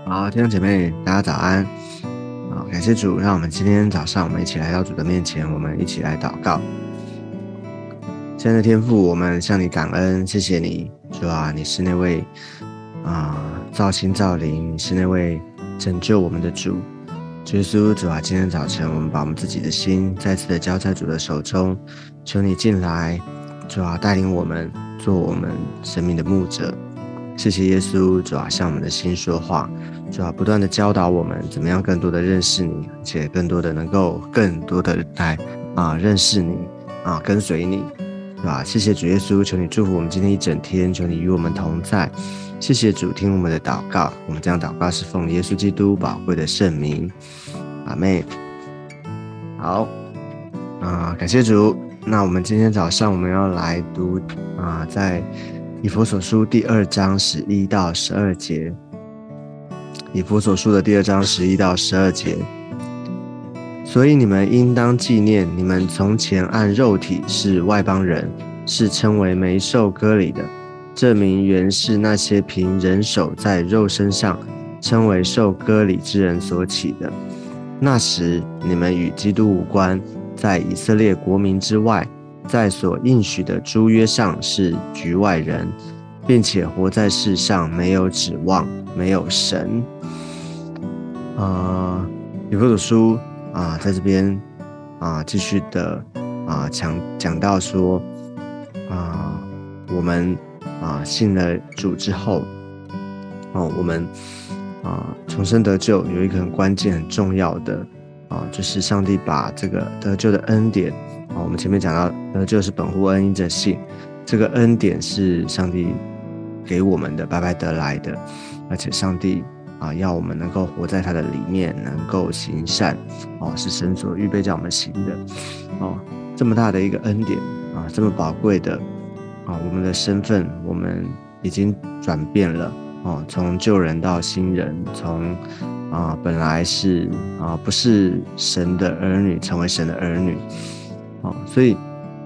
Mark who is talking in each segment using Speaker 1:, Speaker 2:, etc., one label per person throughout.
Speaker 1: 好，弟兄姐妹，大家早安。好，感谢主，让我们今天早上我们一起来到主的面前，我们一起来祷告。亲爱的天父，我们向你感恩，谢谢你，主啊，你是那位造心造灵，你是那位拯救我们的主。主耶稣，主啊，今天早晨我们把我们自己的心再次的交在主的手中，求你进来，主啊，带领我们做我们生命的牧者。谢谢耶稣，主啊，向我们的心说话，主啊，不断的教导我们怎么样更多的认识你，而且更多的来认识你跟随你，是吧？谢谢主耶稣，求你祝福我们今天一整天，求你与我们同在。谢谢主，听我们的祷告，我们这样祷告是奉耶稣基督宝贵的圣名，阿们。好，感谢主。那我们今天早上我们要来读在以弗所书第2章11到12节。以弗所书的第2章11到12节。所以你们应当纪念，你们从前按肉体是外邦人，是称为没受割礼的，这名原是那些凭人手在肉身上称为受割礼之人所起的。那时你们与基督无关，在以色列国民之外，在所应许的诸约上是局外人，并且活在世上没有指望，没有神。以弗所书在这边继续的讲到说我们信了主之后我们重生得救有一个很关键很重要的就是上帝把这个得救的恩典我们前面讲到得救是本乎恩因着信，这个恩典是上帝给我们的，白白得来的，而且上帝要我们能够活在他的里面，能够行善是神所预备叫我们行的这么大的一个恩典这么宝贵的我们的身份我们已经转变了从旧人到新人，从本来是不是神的儿女成为神的儿女所以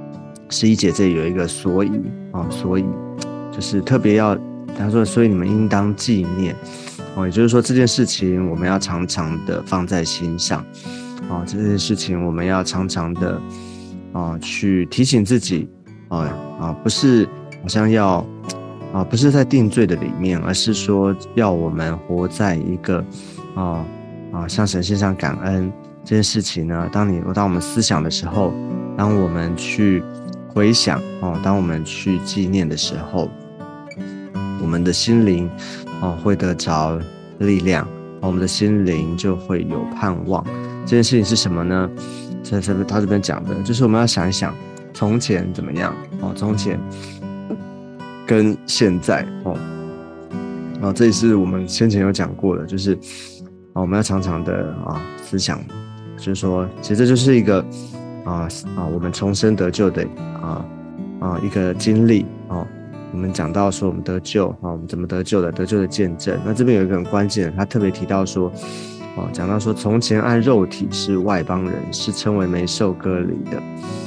Speaker 1: 11节这里有一个所以所以就是特别要他说，所以你们应当纪念也就是说这件事情我们要常常的放在心上这件事情我们要常常的去提醒自己不是好像要不是在定罪的里面，而是说要我们活在一个向神献上感恩这件事情呢。当我们思想的时候，当我们去回想当我们去纪念的时候，我们的心灵会得着力量我们的心灵就会有盼望。这件事情是什么呢？他这边讲的就是我们要想一想从前怎么样从前跟现在这也是我们先前有讲过的，就是我们要常常的思想，就是说其实这就是一个我们重生得救的一个经历我们讲到说我们得救我们怎么得救的，得救的见证。那这边有一个很关键的，他特别提到说讲到说从前按肉体是外邦人，是称为没受割礼的。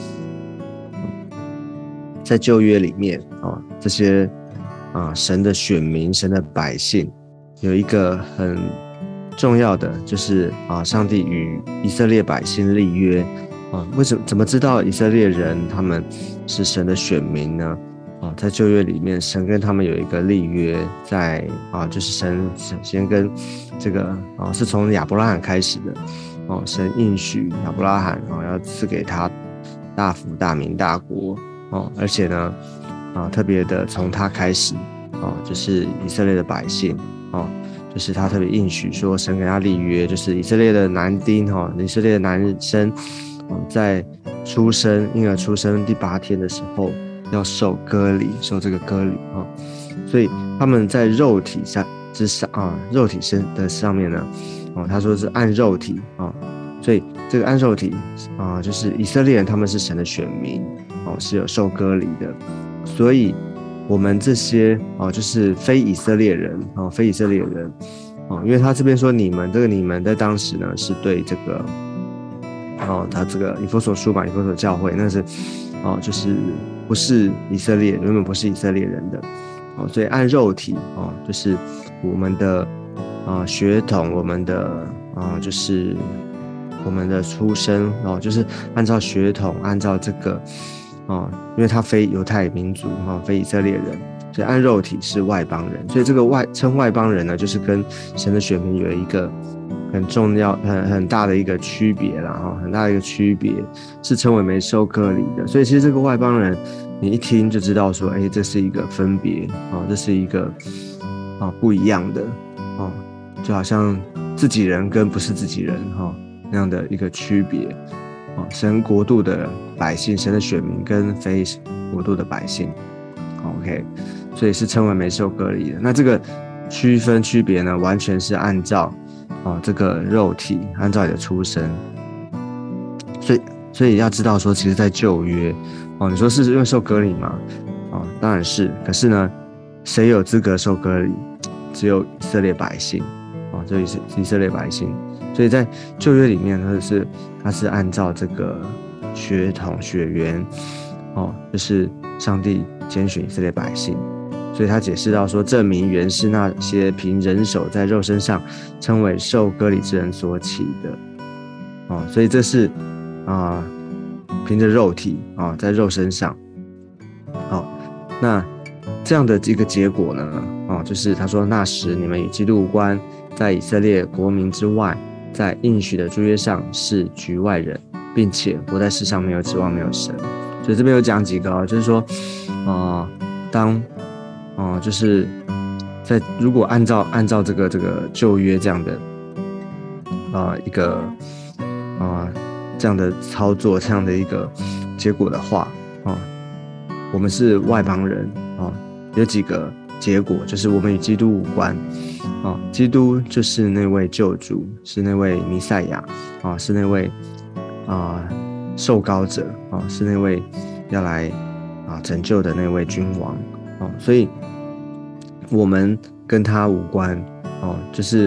Speaker 1: 在旧约里面这些神的选民，神的百姓有一个很重要的就是上帝与以色列百姓立约怎么知道以色列人他们是神的选民呢？在旧约里面神跟他们有一个立约，在就是神先跟这个是从亚伯拉罕开始的神应许亚伯拉罕要赐给他大福大民大国而且呢特别的从他开始就是以色列的百姓就是他特别应许说神给他立约，就是以色列的男丁以色列的男生在婴儿出生第8天的时候要受割礼，受这个割礼所以他们在肉体之上肉体的上面呢他说是按肉体所以这个按肉体就是以色列人他们是神的选民是有受割礼的。所以我们这些就是非以色列人因为他这边说你们在当时呢是对这个他这个以弗所书以弗所教会那是就是不是以色列，原本不是以色列人的所以按肉体就是我们的血统，我们的就是我们的出生就是按照血统，按照这个因为他非犹太民族非以色列人，所以按肉体是外邦人，所以这个称外邦人呢，就是跟神的选民有一个很重要、很大的一个区别啦，很大的一个区别是称为没受割礼的。所以其实这个外邦人，你一听就知道说，这是一个分别这是一个不一样的就好像自己人跟不是自己人那样的一个区别神国度的百姓，神的选民跟非国度的百姓 ，OK， 所以是称为没受割礼的。那这个区别呢，完全是按照这个肉体，按照你的出生。所以要知道说，其实在旧约你说是因为受割礼吗？当然是。可是呢，谁有资格受割礼？只有以色列百姓只有以色列百姓。所以在旧约里面，它是按照这个血统血缘就是上帝拣选以色列百姓。所以他解释到说，证明原是那些凭人手在肉身上称为受割礼之人所起的所以这是凭着肉体在肉身上那这样的一个结果呢就是他说，那时你们与基督无关，在以色列国民之外，在应许的诸约上是局外人，并且活在世上没有指望，没有神。所以这边有讲几个就是说当就是如果按照这个旧约这样的一个这样的操作，这样的一个结果的话我们是外邦人有几个结果，就是我们与基督无关基督就是那位救主，是那位弥赛亚是那位受膏者是那位要来拯救的那位君王所以我们跟他无关就是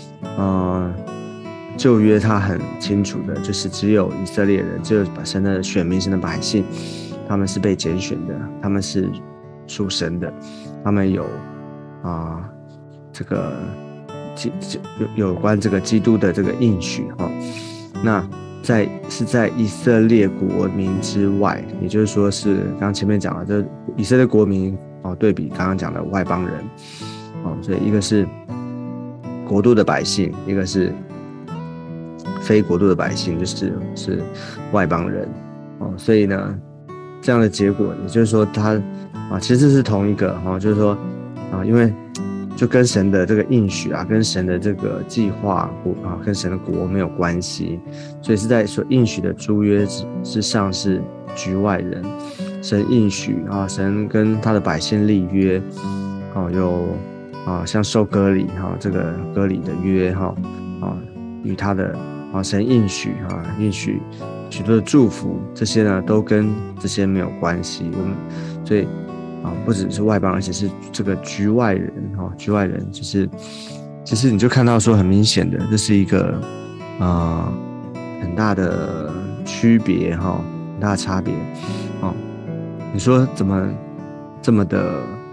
Speaker 1: 旧约他很清楚的，就是只有以色列人，只有神的选民，神的百姓，他们是被拣选的，他们是属神的，他们有这个有关这个基督的这个应许那是在以色列国民之外，也就是说是刚刚前面讲的，这以色列国民对比刚刚讲的外邦人所以一个是国度的百姓，一个是非国度的百姓，是外邦人所以呢，这样的结果，也就是说他其实是同一个就是说因为就跟神的这个应许跟神的这个计划跟神的国没有关系，所以是在所应许的诸约之上是局外人。神应许神跟他的百姓立约有像受割礼这个割礼的约与他的神应许应许许多的祝福，这些呢都跟这些没有关系。我们所以不只是外邦，而且是这个局外人局外人就是其实你就看到说很明显的，这是一个很大的区别很大的差别你说怎么这么的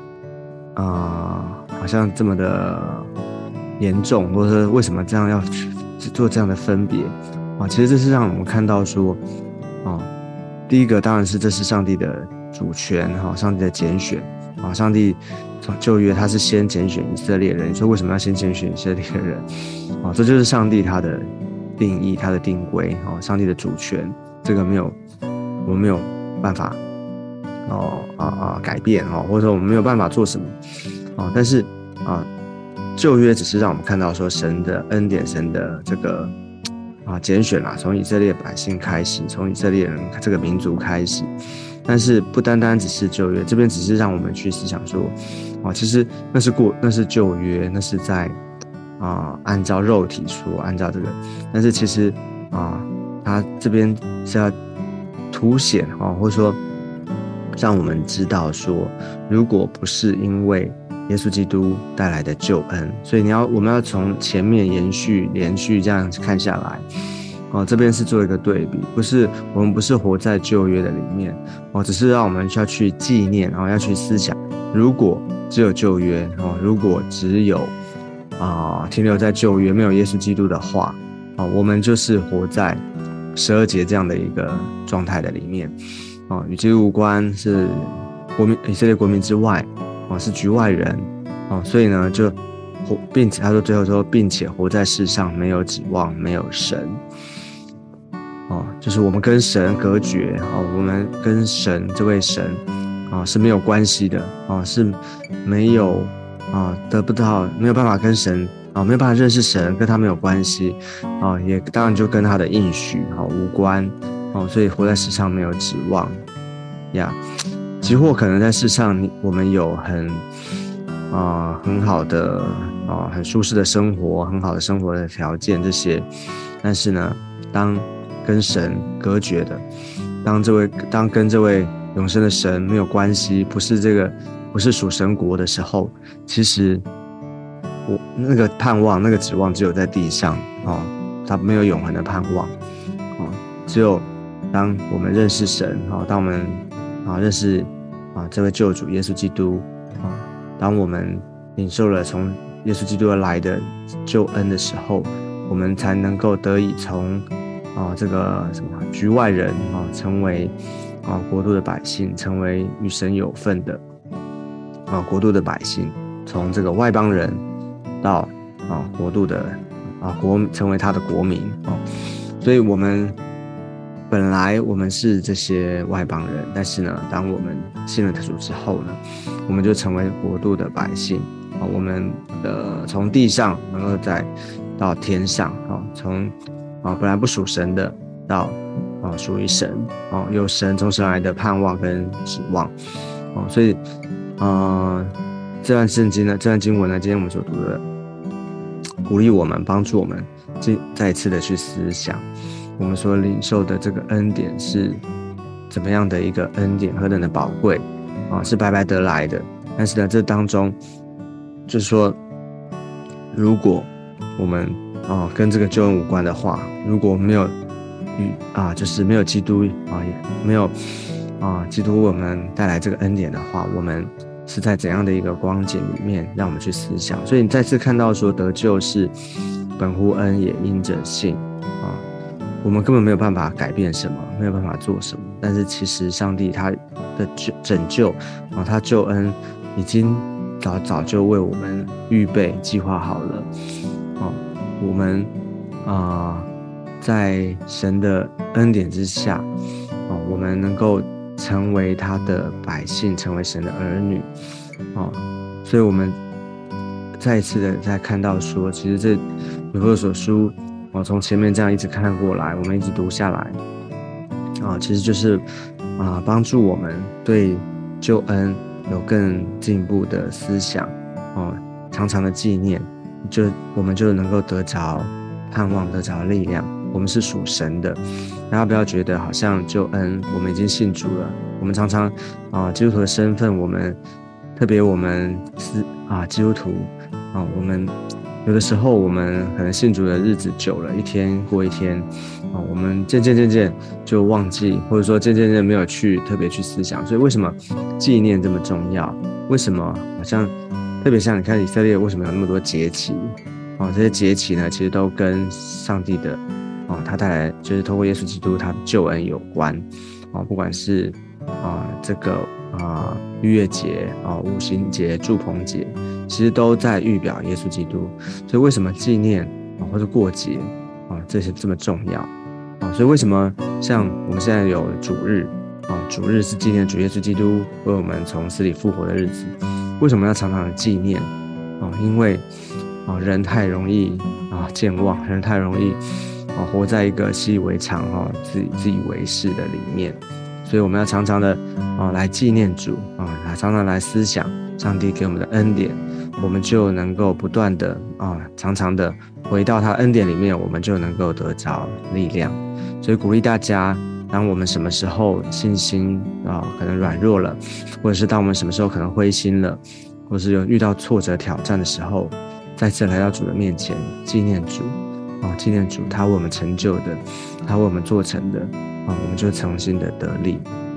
Speaker 1: 好像这么的严重，或者说为什么这样要做这样的分别其实这是让我们看到说第一个当然是这是上帝的主权上帝的拣选上帝旧约他是先拣选以色列人，你说为什么要先拣选以色列人这就是上帝他的定义，他的定规上帝的主权，这个我们没有办法改变或者说我们没有办法做什么但是旧约只是让我们看到说神的恩典，神的这个拣选从以色列百姓开始，从以色列人这个民族开始，但是不单单只是旧约，这边只是让我们去思想说其实那是旧约，那是在按照肉体说，按照这个，但是其实他这边是要凸显或者说让我们知道说，如果不是因为耶稣基督带来的救恩，所以我们要从前面连续这样看下来这边是做一个对比，我们不是活在旧约的里面只是让我们要去纪念要去思想，如果只有旧约如果只有停留在旧约，没有耶稣基督的话，我们就是活在12节这样的一个状态的里面，与基督无关，是以色列国民之外，是局外人，所以呢并且他说最后说，并且活在世上没有指望，没有神，就是我们跟神隔绝，我们跟神这位神是没有关系的，是没有得不到，没有办法跟神没有办法认识神，跟他没有关系，也当然就跟他的应许无关，所以活在世上没有指望呀。即或可能在世上我们有很好的很舒适的生活，很好的生活的条件这些，但是呢，当跟神隔绝的，当跟这位永生的神没有关系，不是属神国的时候，其实我那个盼望，那个指望只有在地上它没有永恒的盼望只有当我们认识神当我们认识这位救主耶稣基督当我们领受了从耶稣基督而来的救恩的时候，我们才能够得以从这个局外人成为国度的百姓，成为与神有份的国度的百姓，从这个外邦人到国度的成为他的国民所以我们本来我们是这些外邦人，但是呢，当我们信了主之后呢，我们就成为国度的百姓我们从地上能够再到天上从本来不属神的到属于神有神从神来的盼望跟指望所以这段圣经呢，这段经文呢，今天我们所读的，鼓励我们，帮助我们再一次的去思想，我们所领受的这个恩典是怎么样的一个恩典，何等的宝贵是白白得来的。但是呢，这当中就是说，如果我们跟这个救恩无关的话，如果没有就是没有基督也没有基督为我们带来这个恩典的话，我们是在怎样的一个光景里面，让我们去思想。所以你再次看到说，得救是本乎恩，也因着信我们根本没有办法改变什么，没有办法做什么，但是其实上帝他的拯救他救恩已经早就为我们预备计划好了我们在神的恩典之下我们能够成为他的百姓，成为神的儿女所以我们再一次的再看到说，其实这以弗所书从前面这样一直看过来，我们一直读下来其实就是帮助我们对救恩有更进一步的思想常常的纪念，我们就能够得着盼望，得着力量。我们是属神的，大家不要觉得好像救恩我们已经信主了，我们常常基督徒的身份，我们特别我们是基督徒我们有的时候我们可能信主的日子久了，一天过一天我们渐渐就忘记，或者说渐渐没有特别去思想。所以为什么纪念这么重要？为什么好像特别像你看以色列为什么有那么多节期这些节期呢，其实都跟上帝的他带来就是透过耶稣基督他的救恩有关不管是这个逾越节五旬节、住棚节，其实都在预表耶稣基督。所以为什么纪念或者过节这些这么重要所以为什么像我们现在有主日主日是纪念主耶稣基督为我们从死里复活的日子。为什么要常常的纪念因为人太容易健忘，人太容易活在一个习以为常自以为是的里面，所以我们要常常的来纪念主常常来思想上帝给我们的恩典，我们就能够不断的常常的回到他恩典里面，我们就能够得着力量。所以鼓励大家，当我们什么时候信心可能软弱了，或者是当我们什么时候可能灰心了，或是有遇到挫折挑战的时候，再次来到主的面前纪念主纪念主他为我们成就的，他为我们做成的我们就重新的得力。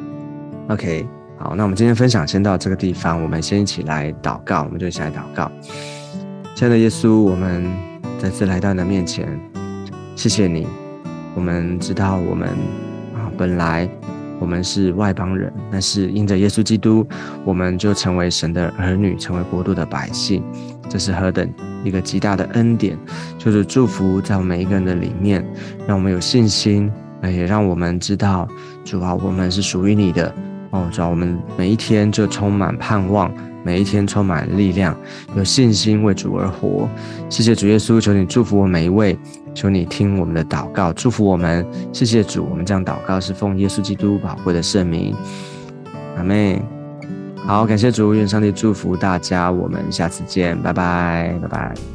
Speaker 1: OK， 好，那我们今天分享先到这个地方，我们先一起来祷告，我们就一起来祷告。 亲爱的耶稣，我们再次来到你的面前，谢谢你。我们知道我们本来我们是外邦人，但是因着耶稣基督，我们就成为神的儿女，成为国度的百姓。这是何等一个极大的恩典！就是祝福在我们每一个人的里面，让我们有信心，也让我们知道主啊，我们是属于你的主啊，我们每一天就充满盼望，每一天充满力量，有信心为主而活。谢谢主耶稣，求你祝福我每一位，求你听我们的祷告，祝福我们。谢谢主，我们这样祷告是奉耶稣基督宝贵的圣名，阿们。好，感谢主，愿上帝祝福大家，我们下次见，拜拜，拜拜。